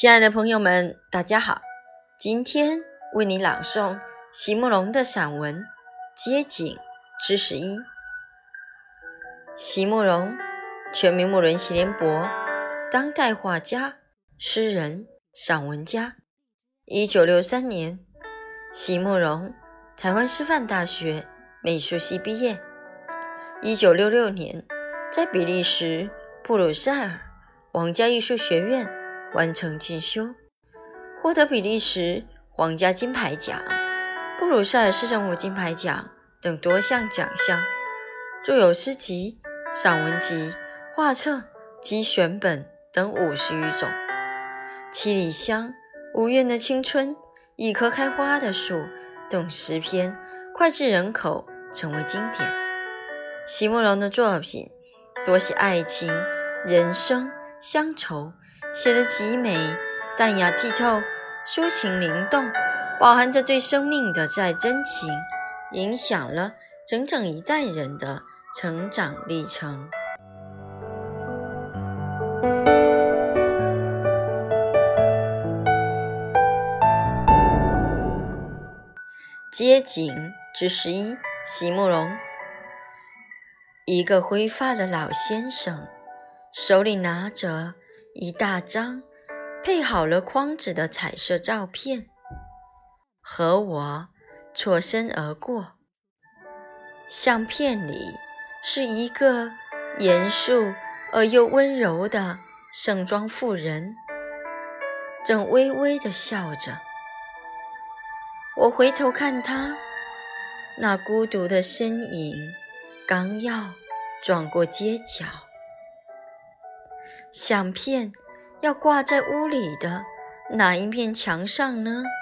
亲爱的朋友们，大家好，今天为你朗诵席慕容的散文《街景之11》。席慕容，全名慕伦席联博，当代画家、诗人、散文家。1963年，席慕容台湾师范大学美术系毕业。1966年，在比利时布鲁塞尔皇家艺术学院完成进修，获得比利时皇家金牌奖、布鲁塞尔市政府金牌奖等多项奖项，著有诗集、散文集、画册及选本等50余种。七里香、无怨的青春、一棵开花的树等诗篇脍炙人口，成为经典。席慕容的作品多写爱情、人生、乡愁，写得极美，淡雅剔透，抒情灵动，饱含着对生命的挚爱真情，影响了整整一代人的成长历程。街景之11，席慕容。一个灰发的老先生，手里拿着一大张配好了框纸的彩色照片，和我错身而过。相片里是一个严肃而又温柔的盛装妇人，正微微地笑着。我回头看他，那孤独的身影刚要转过街角。相片要挂在屋里的哪一面墙上呢？